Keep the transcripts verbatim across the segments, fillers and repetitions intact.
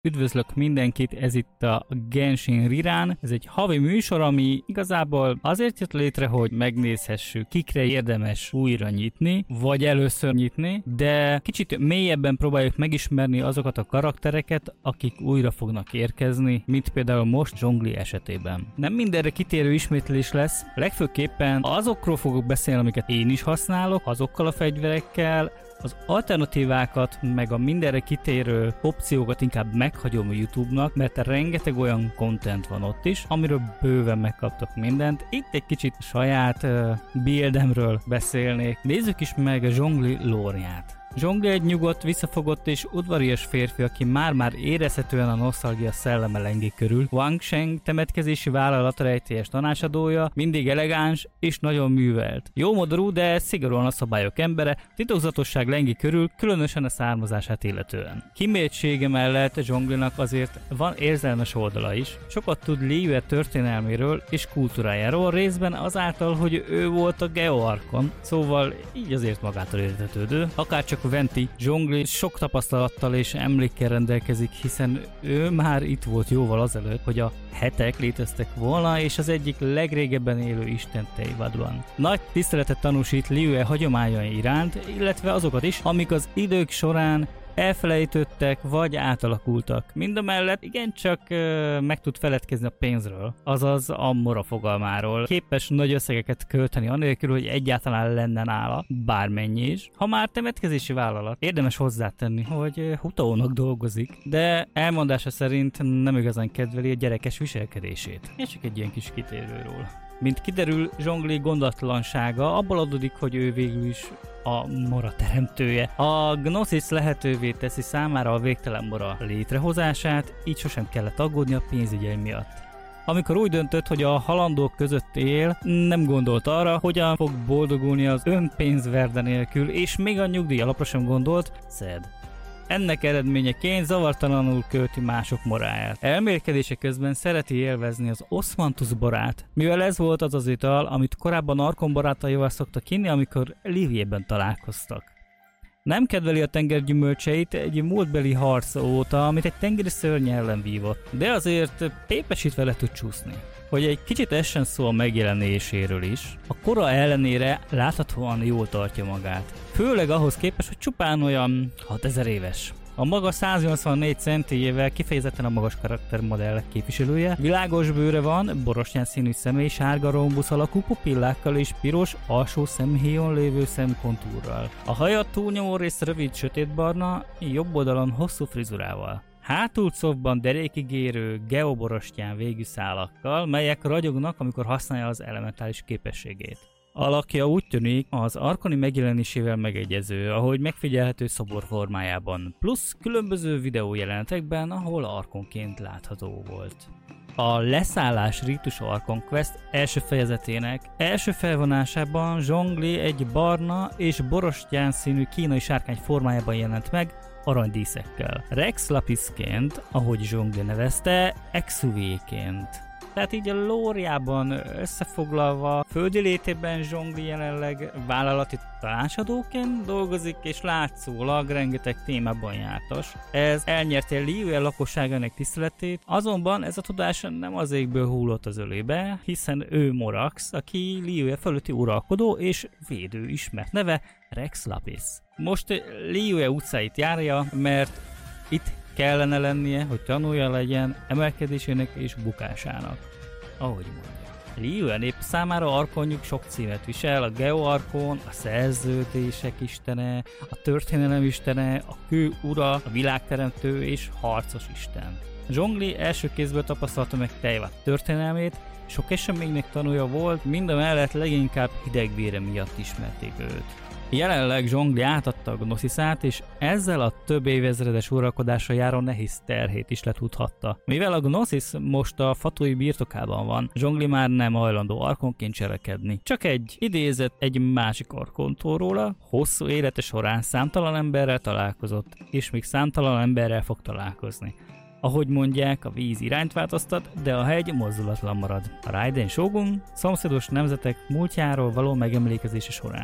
Üdvözlök mindenkit, ez itt a Genshin Rirán. Ez egy havi műsor, ami igazából azért jött létre, hogy megnézhessük, kikre érdemes újra nyitni, vagy először nyitni, de kicsit mélyebben próbáljuk megismerni azokat a karaktereket, akik újra fognak érkezni, mint például most Zhongli esetében. Nem mindenre kitérő ismétlés lesz, legfőképpen azokról fogok beszélni, amiket én is használok, azokkal a fegyverekkel, az alternatívákat, meg a mindenre kitérő opciókat inkább meghagyom a YouTube-nak, mert rengeteg olyan content van ott is, amiről bőven megkaptok mindent. Itt egy kicsit saját uh, buildemről beszélnék. Nézzük is meg a Zhongli lore-ját. Zhongli egy nyugodt, visszafogott és udvarias férfi, aki már-már érezhetően a nosztalgia szelleme lengi körül. Wang Sheng temetkezési vállalat rejtélyes tanácsadója, mindig elegáns és nagyon művelt. Jómodorú, de szigorúan a szabályok embere, titokzatosság lengi körül, különösen a származását illetően. Kiméltsége mellett Zhonglinak azért van érzelmes oldala is. Sokat tud Liyue történelméről és kultúrájáról, részben azáltal, hogy ő volt a Geo Arkon, szóval így azért magától értetődő. Akárcsak Venti, Zhongli sok tapasztalattal és emlékkel rendelkezik, hiszen ő már itt volt jóval azelőtt, hogy a hetek léteztek volna, és az egyik legrégebben élő isten Teyvatban. Nagy tiszteletet tanúsít Liyue hagyományai iránt, illetve azokat is, amik az idők során elfelejtöttek vagy átalakultak. Mindamellett igencsak uh, meg tud feledkezni a pénzről, azaz a mora fogalmáról. Képes nagy összegeket költeni anélkül, hogy egyáltalán lenne nála, bármennyi is. Ha már temetkezési vállalat, érdemes hozzátenni, hogy uh, Hutaónak dolgozik, de elmondása szerint nem igazán kedveli a gyerekes viselkedését. És csak egy ilyen kis kitérőről. Mint kiderül, Zhongli gondatlansága abból adódik, hogy ő végül is a mora teremtője. A Gnosis lehetővé teszi számára a végtelen mora létrehozását, így sosem kellett aggódni a pénzügyei miatt. Amikor úgy döntött, hogy a halandók között él, nem gondolt arra, hogyan fog boldogulni az önpénzverde nélkül, és még a nyugdíj alapra sem gondolt, szed. Ennek eredményeként zavartalanul költi mások moráját. Elmélkedése közben szereti élvezni az Osmanthus borát, mivel ez volt az az ital, amit korábban Arkon barátaival szoktak inni, amikor Liyue-ben találkoztak. Nem kedveli a tenger gyümölcseit egy múltbeli harc óta, amit egy tengeri szörny ellen vívott, de azért pépesítve le tud csúszni. Hogy egy kicsit essen szó a megjelenéséről is, a kora ellenére láthatóan jól tartja magát. Főleg ahhoz képest, hogy csupán olyan hatezer éves. A maga száz nyolcvannégy centéjével kifejezetten a magas karaktermodell képviselője, világos bőre van, borostyán színű személy, sárga rombusz alakú pupillákkal és piros, alsó szemhéjon lévő szemkontúrral. A haja túlnyomó rész rövid sötétbarna, jobb oldalon hosszú frizurával. Hátulcovban derékig érő geoborostyán végű szálakkal, melyek ragyognak, amikor használja az elementális képességét. Alakja úgy tűnik az Arkoni megjelenésével megegyező, ahogy megfigyelhető szobor formájában, plusz különböző videójelenetekben, ahol Arkonként látható volt. A leszállás rítus Arkon Quest első fejezetének első felvonásában Zhongli egy barna és borostyán színű kínai sárkány formájában jelent meg, aranydíszekkel. Rex Lapisként, ahogy Zhongli nevezte, Exuvéként. Tehát így a lóriában összefoglalva, földi létében Zhongli jelenleg vállalati tanácsadóként dolgozik, és látszólag rengeteg témában jártas. Ez elnyerte Liyue lakosságának tiszteletét, azonban ez a tudás nem az égből hullott az ölébe, hiszen ő Morax, aki Liyue fölötti uralkodó és védő ismert neve Rex Lapis. Most Liyue utcáit járja, mert itt kellene lennie, hogy tanulja legyen emelkedésének és bukásának. Ahogy mondja. Liyue nép számára Arkonjuk sok címet visel, a Geo Arkon, a szerződések istene, a történelem istene, a kő ura, a világteremtő és harcos isten. Zhongli első kézből tapasztalta meg Teyvat történelmét, sok eseménynek tanulja volt, mindamellett leginkább hidegvére miatt ismerték őt. Jelenleg Zhongli átadta a Gnosisát, és ezzel a több évezredes uralkodásra járó nehéz terhét is letudhatta. Mivel a Gnosis most a Fatui birtokában van, Zhongli már nem hajlandó Arkonként cselekedni. Csak egy idézet egy másik Arkontól róla, hosszú élete során számtalan emberrel találkozott, és még számtalan emberrel fog találkozni. Ahogy mondják, a víz irányt változtat, de a hegy mozdulatlan marad. A Raiden Shogun szomszédos nemzetek múltjáról való megemlékezése során.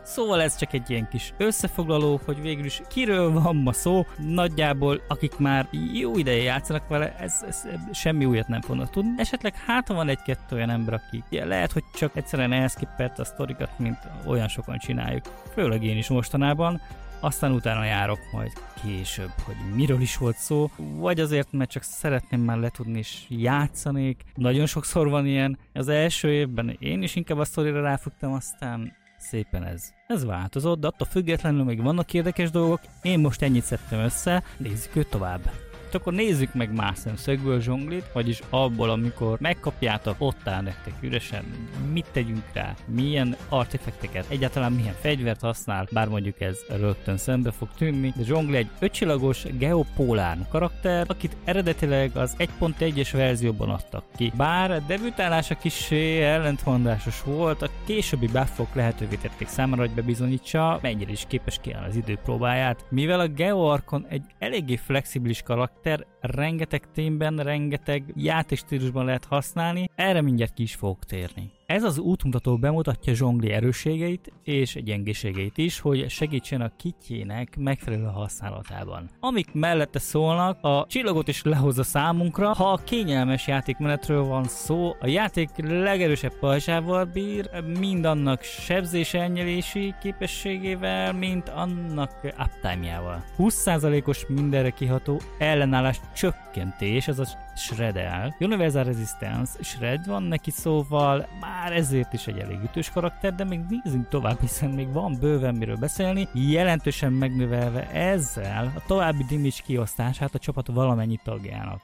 Szóval ez csak egy ilyen kis összefoglaló, hogy végül is kiről van ma szó. Nagyjából, akik már jó ideje játszanak vele, ez, ez semmi újat nem fognak tudni. Esetleg hát van egy-kettő olyan ember, aki ja, lehet, hogy csak egyszerűen elszkippelt a sztorikat, mint olyan sokan csináljuk. Főleg én is mostanában. Aztán utána járok majd később, hogy miről is volt szó, vagy azért, mert csak szeretném már letudni és játszanék. Nagyon sokszor van ilyen. Az első évben én is inkább a sztorira ráfogtam, aztán szépen ez. Ez változott, de attól függetlenül még vannak érdekes dolgok. Én most ennyit szedtem össze, nézzük őt tovább. Akkor nézzük meg más szemszögből zsonglit, vagyis abból, amikor megkapjátok, ott áll nektek üresen, mit tegyünk rá, milyen artefakteket, egyáltalán milyen fegyvert használ, bár mondjuk ez rögtön szembe fog tűnni, de zsongli egy ötcsillagos geopolár karakter, akit eredetileg az egy pont egyes verzióban adtak ki. Bár a debütálása kissé ellentmondásos volt, a későbbi buffok lehetővé tették számára, hogy bebizonyítsa, mennyire is képes kiállni az idő próbáját. Mivel a GeoArchon egy eléggé flexibilis karakter, rengeteg témben, rengeteg játékstílusban lehet használni, erre mindjárt ki is fogok térni. Ez az útmutató bemutatja zsongli erősségeit és gyengeségeit is, hogy segítsen a kitjének megfelelő használatában. Amik mellette szólnak, a csillagot is lehozza számunkra, ha a kényelmes játékmenetről van szó, a játék legerősebb pajzsával bír, mind annak sebzés elnyelési képességével, mint annak uptime-jával. húsz százalékos mindenre kiható ellenállás csökkentés, ez a Shred-el. Universal Resistance, Shred van neki, szóval már ezért is egy elég ütős karakter, de még nézzünk tovább, hiszen még van bőven miről beszélni, jelentősen megnövelve ezzel a további damage kiosztását a csapat valamennyi tagjának.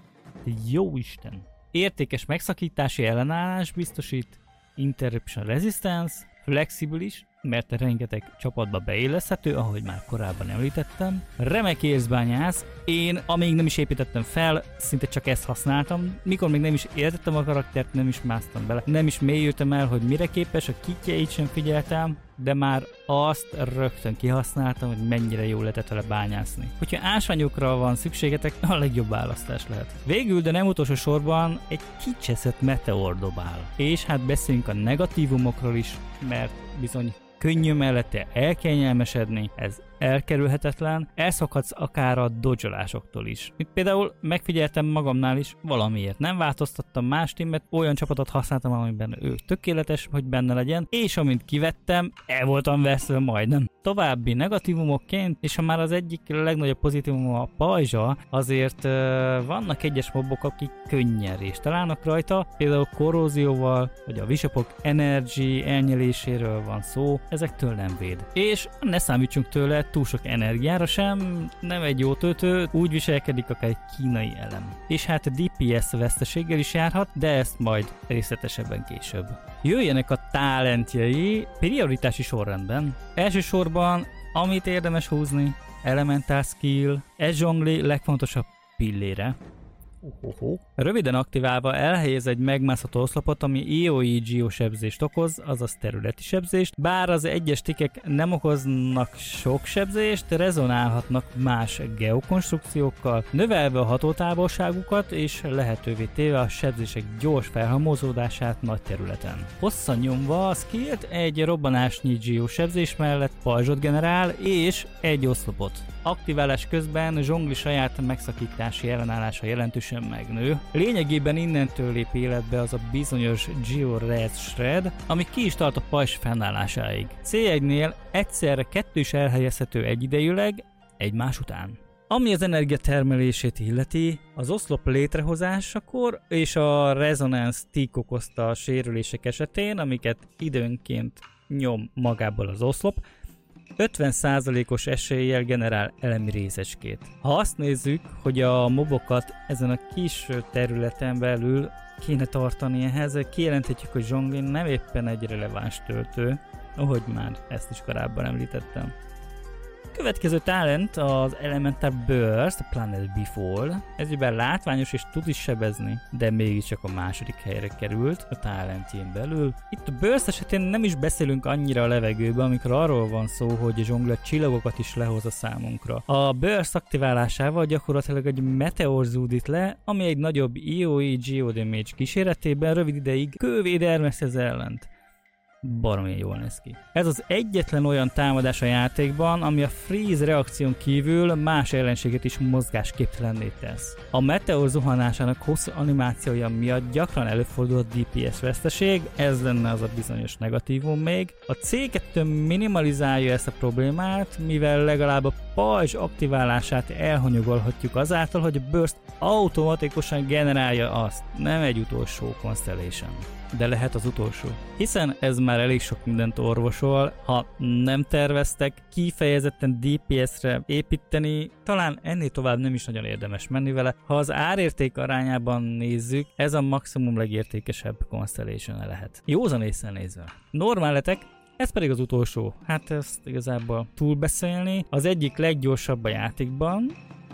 Jó Isten! Értékes megszakítási ellenállás biztosít, Interruption Resistance, flexibilis, mert rengeteg csapatba beilleszthető, ahogy már korábban említettem. Remek érzbányász, én amíg nem is építettem fel, szinte csak ezt használtam, mikor még nem is értettem a karaktert, nem is másztam bele, nem is mélyültem el, hogy mire képes, a kitjeit sem figyeltem, de már azt rögtön kihasználtam, hogy mennyire jól lehetett vele bányászni. Hogyha ásványokra van szükségetek, a legjobb választás lehet. Végül, de nem utolsó sorban egy kicseszett meteor dobál. És hát beszéljünk a negatívumokról is, mert bizony könnyű mellette elkényelmesedni, ez elkerülhetetlen, elszakadsz akár a dodgeolásoktól is. Itt például megfigyeltem magamnál is, valamiért nem változtattam más tímet, olyan csapatot használtam, amiben ő tökéletes, hogy benne legyen, és amint kivettem, el voltam veszve majdnem. További negatívumokként, és ha már az egyik legnagyobb pozitívum a pajzsa, azért uh, vannak egyes mobok, akik könnyen részt találnak rajta, például korrózióval, vagy a visapok energy elnyeléséről van szó, ezektől nem véd. És ne számítsunk tőle túl sok energiára sem, nem egy jó töltő, úgy viselkedik akár egy kínai elem. És hát a dé pé es veszteséggel is járhat, de ezt majd részletesebben később. Jöjjenek a talentjei prioritási sorrendben. Elsősorban, amit érdemes húzni, Elemental Skill, ez zsongli legfontosabb pillére. Ohoho. Röviden aktiválva elhelyez egy megmászható oszlopot, ami é o i geosebzést okoz, azaz területi sebzést, bár az egyes tikkek nem okoznak sok sebzést, rezonálhatnak más geokonstrukciókkal, növelve a hatótávolságukat és lehetővé téve a sebzések gyors felhamozódását nagy területen. Hosszan nyomva a skillt egy robbanásnyi geosebzés mellett pajzsot generál és egy oszlopot. Aktiválás közben zsongli saját megszakítási ellenállása jelentősen megnő. Lényegében innentől lép életbe az a bizonyos Geo Red Shred, ami ki is tart a pajzs fennállásáig. cé egynél egyszerre kettő is elhelyezhető egyidejűleg, egymás után. Ami az energiatermelését illeti, az oszlop létrehozásakor és a Resonance Tick okozta a sérülések esetén, amiket időnként nyom magából az oszlop, ötven százalékos eséllyel generál elemi részecskét. Ha azt nézzük, hogy a mobokat ezen a kis területen belül kéne tartani ehhez, kijelenthetjük, hogy zsongli nem éppen egy releváns töltő, ahogy már ezt is korábban említettem. Következő talent az Elemental Burst, a Planet Before. Ez ugye látványos és tud is sebezni, de mégiscsak a második helyre került a talentjén belül. Itt a Burst esetén nem is beszélünk annyira a levegőbe, amikor arról van szó, hogy a zsongli a csillagokat is lehoz a számunkra. A Burst aktiválásával gyakorlatilag egy meteor zúdít le, ami egy nagyobb é o i geodamage kíséretében rövid ideig kővédelmez ez ellent. baromi jól néz ki. Ez az egyetlen olyan támadás a játékban, ami a freeze reakción kívül más ellenséget is mozgásképtelenné tesz. A meteor zuhanásának hosszú animációja miatt gyakran előfordul a dé pé es veszteség, ez lenne az a bizonyos negatívum még. A cé kettő minimalizálja ezt a problémát, mivel legalább a pajzs aktiválását elhanyagolhatjuk azáltal, hogy a burst automatikusan generálja azt, nem egy utolsó Constellation. De lehet az utolsó. Hiszen ez már elég sok mindent orvosol, ha nem terveztek kifejezetten dé pé es-re építeni, talán ennél tovább nem is nagyon érdemes menni vele. Ha az árérték arányában nézzük, ez a maximum legértékesebb Constellation lehet. Józan észre nézve. Normáletek, ez pedig az utolsó. Hát ezt igazából túlbeszélni. Az egyik leggyorsabb a játékban,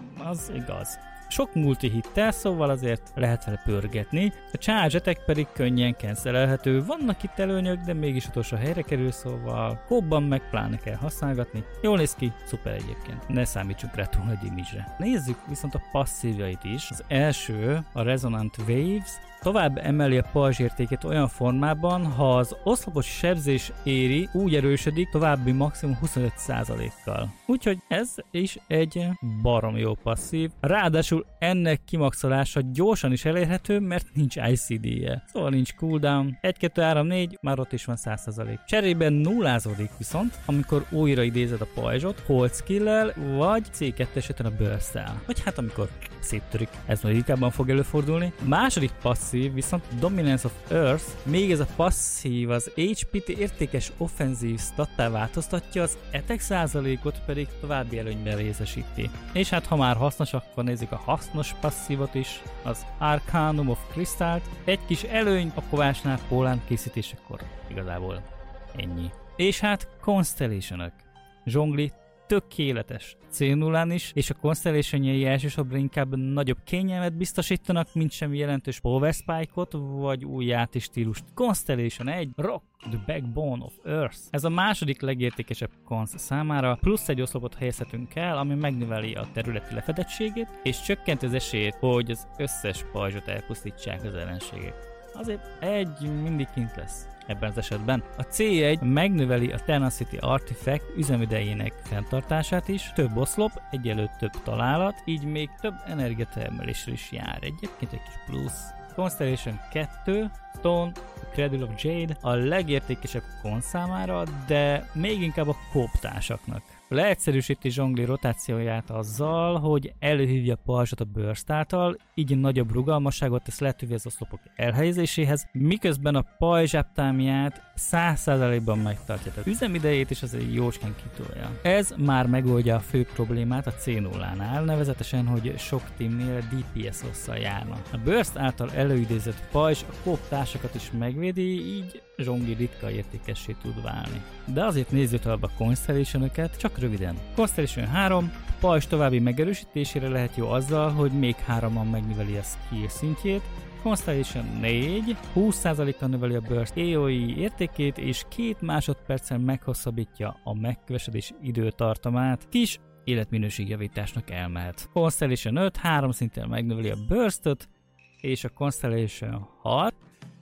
az igaz. Sok multi-hittel, szóval azért lehet vele pörgetni. A charge-etek pedig könnyen cancelelhető. Vannak itt előnyök, de mégis utolsó helyre kerül, szóval kóbban meg pláne kell használgatni. Jól néz ki, szuper egyébként. Ne számítsunk rá túl egy image-re. Nézzük viszont a passzívjait is. Az első, a Resonant Waves, tovább emeli a pajzs értékét olyan formában, ha az oszlopos sebzés éri, úgy erősödik további maximum huszonöt százalékkal. Úgyhogy ez is egy barom jó passzív. Ráadásul ennek kimaxolása gyorsan is elérhető, mert nincs i cé dé-je. Szóval nincs cooldown. egy, kettő, három, négy, már ott is van száz százalék. Cserében nullázódik viszont, amikor újra idézed a pajzsot, hold skill-lel, vagy cé kettő esetén a burst-tel. Vagy hát amikor széttörik. Ez majd ritkábban fog előfordulni. Második passzív viszont Dominance of Earth, még ez a passzív az há pé té értékes offenzív stattá változtatja, az attack százalékot pedig további előnyben részesíti. És hát ha már hasznos, akkor nézzük a hasznos passzívot is, az Arcanum of Crystal-t, egy kis előny a kovásnál pólán készítésekor. Igazából ennyi. És hát Constellation-ök. Zsongli tökéletes cé nullán is, és a Constellation-jei elsősorban inkább nagyobb kényelmet biztosítanak, mint sem jelentős power spike-ot, vagy új játéstílust. Constellation egy, Rock the Backbone of Earth. Ez a második legértékesebb konsz számára, plusz egy oszlopot helyezhetünk el, ami megnöveli a területi lefedettségét, és csökkenti az esélyt, hogy az összes pajzsot elpusztítsák az ellenségek. Azért egy mindig kint lesz. Ebben az esetben a cé egy megnöveli a Tenacity Artifact üzemidejének fenntartását is, több oszlop, egyelőtt több találat, így még több energiatermelésre is jár. Egyébként egy kis plusz. Constellation kettő, Stone, Cradle of Jade a legértékesebb konsz számára, de még inkább a kóptársaknak. Leegyszerűsíti zsongli rotációját azzal, hogy előhívja a pajzsot a burst által, így nagyobb rugalmasságot tesz lehetővé az oszlopok elhelyezéséhez, miközben a pajzs uptime-ját száz százalékban megtartja, tehát üzemidejét is azért jócskán kitolja. Ez már megoldja a fő problémát a cé nullánál, nevezetesen, hogy sok teamnél dé pé es losszal járna. A burst által előidézett pajzs a kóptársakat is megvédi, így zsongli ritka értékessé tud válni. De azért nézzük tovább a Constellation-öket, csak röviden. Constellation három, a pajzs további megerősítésére lehet jó azzal, hogy még hároman megnöveli a skill szintjét. Constellation négy, húsz százalékkal növeli a burst á o i értékét, és két másodperccel meghosszabbítja a megkövesedés időtartamát. Kis életminőségjavításnak elmehet. Constellation öt, három szinten megnöveli a burstot, és a Constellation hat,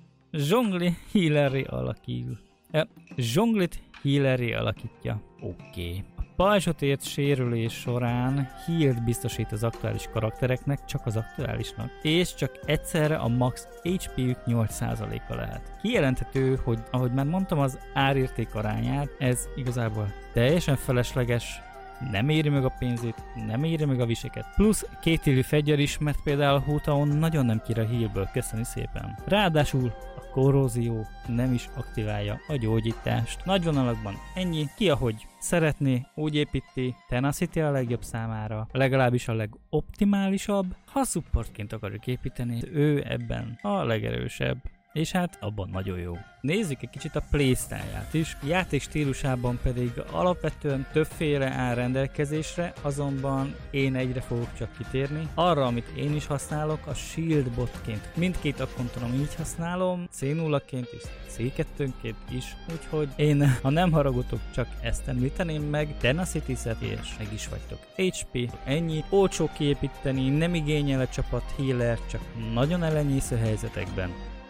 zsongli healerré alakul. E, zsonglit healerré alakítja. Oké. Okay. A pajzsot ért sérülés során healt biztosít az aktuális karaktereknek, csak az aktuálisnak, és csak egyszerre a max há pé-jük nyolc százaléka lehet. Kijelenthető, hogy ahogy már mondtam, az árérték arányát, ez igazából teljesen felesleges, nem éri meg a pénzét, nem éri meg a viseket. Plusz két élő fegyver is, mert például Hutaon nagyon nem kér a healből, köszönjük szépen. Ráadásul a korrózió nem is aktiválja a gyógyítást. Nagy vonalakban ennyi, ki ahogy szeretné, úgy építi, Tenacity a legjobb számára, legalábbis a legoptimálisabb. Ha supportként akarjuk építeni, ő ebben a legerősebb. És hát abban nagyon jó. Nézzük egy kicsit a playstyle-ját is, játék stílusában pedig alapvetően többféle áll rendelkezésre, azonban én egyre fogok csak kitérni. Arra, amit én is használok, a Shield botként. Mindkét akkontonom így használom, cé nullaként és cé kettőnként is, úgyhogy én, ha nem haragotok, csak ezt említeném meg, Tenacity-szet és meg is vagytok. há pé, ennyi, olcsó kiépíteni, nem igényel a csapat healer, csak nagyon ellenyésző helyzetekben.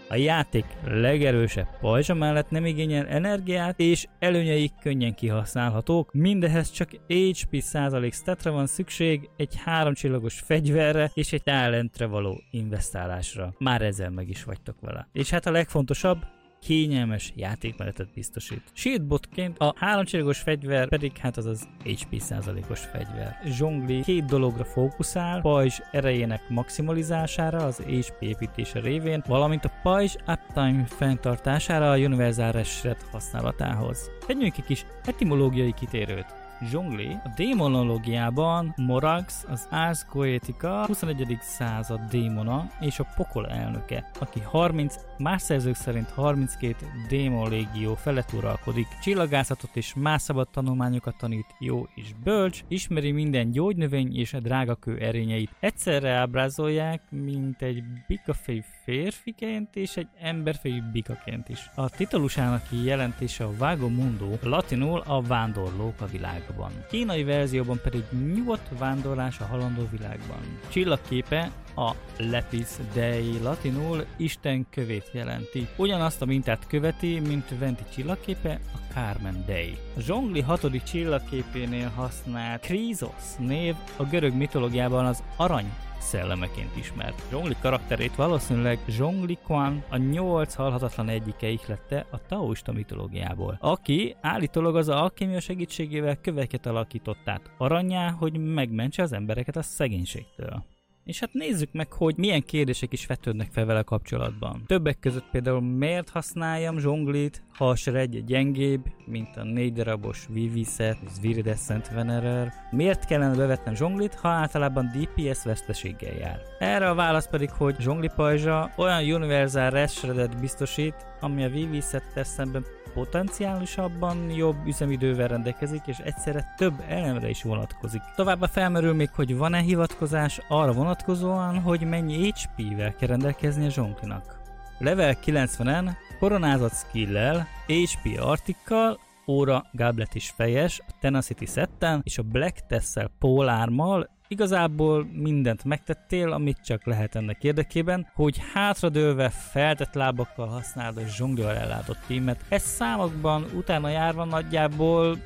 A játék legerősebb pajzsa mellett nem igényel energiát, és előnyeik könnyen kihasználhatók, mindehhez csak há pé százalék statra van szükség, egy három csillagos fegyverre és egy talentre való investálásra. Már ezzel meg is vagytok vele. És hát a legfontosabb, kényelmes játékmenetet biztosít. Shieldbotként a háromcsillagos fegyver pedig hát az az há pé százalékos fegyver. Zsongli két dologra fókuszál, pajzs erejének maximalizására, az há pé építése révén, valamint a pajzs uptime fenntartására a Universal Reset használatához. Tegyünk egy kis etimológiai kitérőt. Zsongli a démonológiában Morax, az Ars Goetica huszonegyedik század démona és a pokol elnöke, aki harminc, más szerzők szerint harminckét démonlégió felett uralkodik, csillagászatot és más szabad tanulmányokat tanít, jó és bölcs, ismeri minden gyógynövény és a drágakő erényeit. Egyszerre ábrázolják, mint egy bikafejű férfiként és egy emberfejű bikaként is. A titulusának jelentése a Vago Mundo, latinul a vándorlók a világban. Kínai verzióban pedig nyugodt vándorlás a halandó világban. Csillagképe a Lepis Dei, latinul Isten kövét jelenti. Ugyanazt a mintát követi, mint Venti csillagképe, a Carmen Dei. A Zsongli hatodik csillagképénél használt Chrysos név a görög mitológiában az arany szellemeként ismert. Zsongli karakterét valószínűleg Zsongli Quan, a nyolc halhatatlan egyike ihlette a taoista mitológiából, aki állítólag az alkémia segítségével köveket alakított át arannyá, hogy megmentse az embereket a szegénységtől. És hát nézzük meg, hogy milyen kérdések is vetődnek fel vele kapcsolatban. Többek között például miért használjam Zsonglit, ha a seregje gyengébb, mint a négy darabos Viviset, Viridescent Venerer. Miért kellene bevetnem Zsonglit, ha általában dé pé es veszteséggel jár? Erre a válasz pedig, hogy Zsongli pajzsa olyan Universal Reset biztosít, ami a Vivisettel szemben potenciálisabban jobb üzemidővel rendelkezik, és egyszerre több elemre is vonatkozik. Továbbá felmerül még, hogy van-e hivatkozás arra vonatkozóan, hogy mennyi há pével kell rendelkezni a Zsonglinak. Level kilencvenen koronázott skill-lel, há pé artikkal, óra, gablet is fejes, a Tenacity setten és a Black Tessel polármal igazából mindent megtettél, amit csak lehet ennek érdekében, hogy hátradőlve feltett lábakkal használd a Zsonglival ellátott tímet. Ez számokban utána járva nagyjából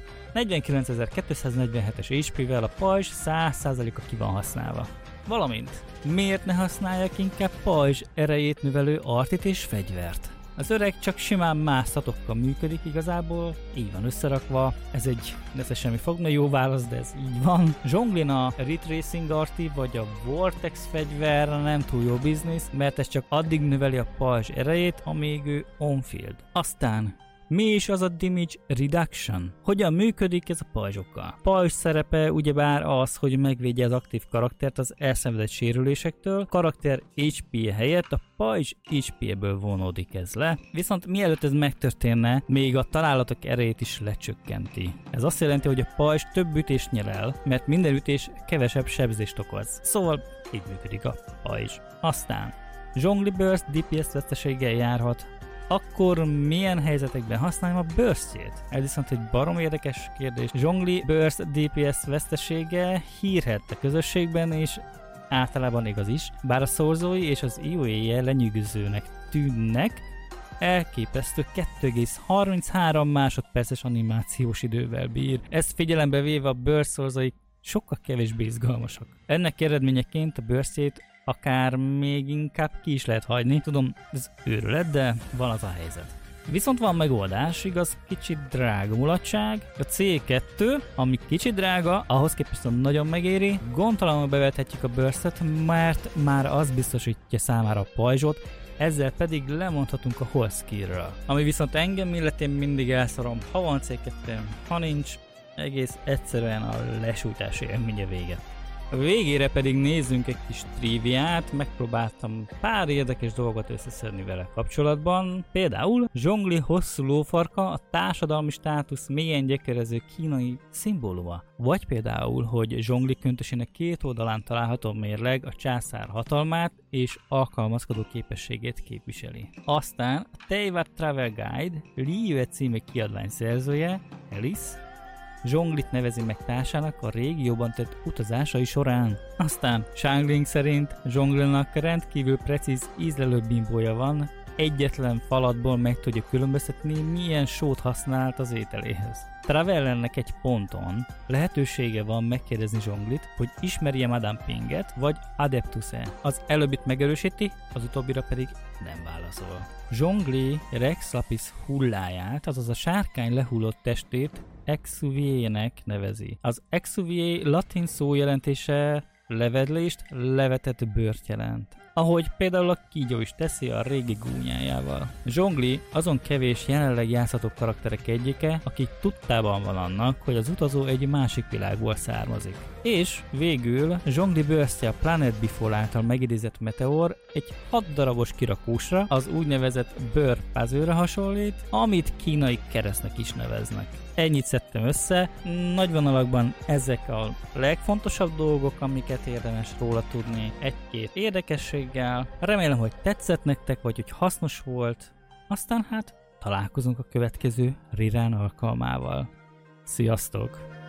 negyvenkilencezer-kétszáznegyvenhetes há pével a pajzs száz százaléka ki van használva. Valamint, miért ne használják inkább pajzs erejét növelő artit és fegyvert? Az öreg csak simán más szatokkal működik igazából, így van összerakva, ez egy nesze semmi fogna jó válasz, de ez így van. Zsonglin a Retracing arti vagy a Vortex fegyver nem túl jó biznisz, mert ez csak addig növeli a pajzs erejét, amíg ő on-field. Aztán mi is az a damage reduction? Hogyan működik ez a pajzsokkal? Pajzs szerepe ugyebár az, hogy megvédje az aktív karaktert az elszenvedett sérülésektől, karakter há pé helyett a pajzs há péből vonódik ez le, viszont mielőtt ez megtörténne, még a találatok erejét is lecsökkenti. Ez azt jelenti, hogy a pajzs több ütést nyer el, mert minden ütés kevesebb sebzést okoz. Szóval így működik a pajzs. Aztán Zsongli Burst dé pé es veszteséggel járhat. Akkor milyen helyzetekben használjam a burstjét? Ez viszont egy barom érdekes kérdés. Zsongli Burst dé pé es vesztesége hírhett a közösségben, és általában igaz is, bár a szorzói és az i o á-je lenyűgözőnek tűnnek, elképesztő kettő egész harminchárom másodperces animációs idővel bír. Ezt figyelembe véve a burst szorzói sokkal kevésbé izgalmasak. Ennek eredményeként a burstjét akár még inkább ki is lehet hagyni. Tudom, ez őrület, de van az a helyzet. Viszont van megoldás, igaz, kicsit drága mulatság. A cé kettő, ami kicsit drága, ahhoz képest nagyon megéri. Gondtalanul bevethetjük a burstet, mert már az biztosítja számára a pajzsot, ezzel pedig lemondhatunk a whole skillről. Ami viszont engem illetén mindig elszorom, ha van cé kettő, ha nincs, egész egyszerűen a lesújtás élménye vége. A végére pedig nézzünk egy kis triviát, megpróbáltam pár érdekes dolgot összeszedni vele kapcsolatban. Például Zsongli hosszú lófarka a társadalmi státusz mélyen gyökerező kínai szimbóluma. Vagy például, hogy Zsongli köntösének két oldalán található mérleg a császár hatalmát és alkalmazkodó képességét képviseli. Aztán a Teyvat Travel Guide Liyue című kiadvány szerzője, Alice, Zsonglit nevezi meg társának a régióban tett utazásai során. Aztán Xiangling szerint Zsonglinak rendkívül precíz ízlelő bimbója van, egyetlen falatból meg tudja különböztetni, milyen sót használt az ételéhez. Travellernek egy ponton lehetősége van megkérdezni Zsonglit, hogy ismerje Madame Pinget, vagy Adeptus-e. Az előbbit megerősíti, az utóbbira pedig nem válaszol. Zsongli Rex Lapis hulláját, azaz a sárkány lehullott testét exuviének nevezi. Az exuvié latin szó jelentése levedlést, levetett bőrt jelent. Ahogy például a kígyó is teszi a régi gúnyájával. Zsongli azon kevés jelenleg játszható karakterek egyike, akik tudtában van annak, hogy az utazó egy másik világból származik. És végül Zsongli bőrsztje a Planet Before által megidézett meteor egy hat darabos kirakósra, az úgynevezett bőr puzzle-re hasonlít, amit kínai keresztnek is neveznek. Ennyit szedtem össze, nagy vonalakban ezek a legfontosabb dolgok, amiket érdemes róla tudni, egy-két érdekességgel. Remélem, hogy tetszett nektek, vagy hogy hasznos volt. Aztán hát találkozunk a következő Rirán alkalmával. Sziasztok!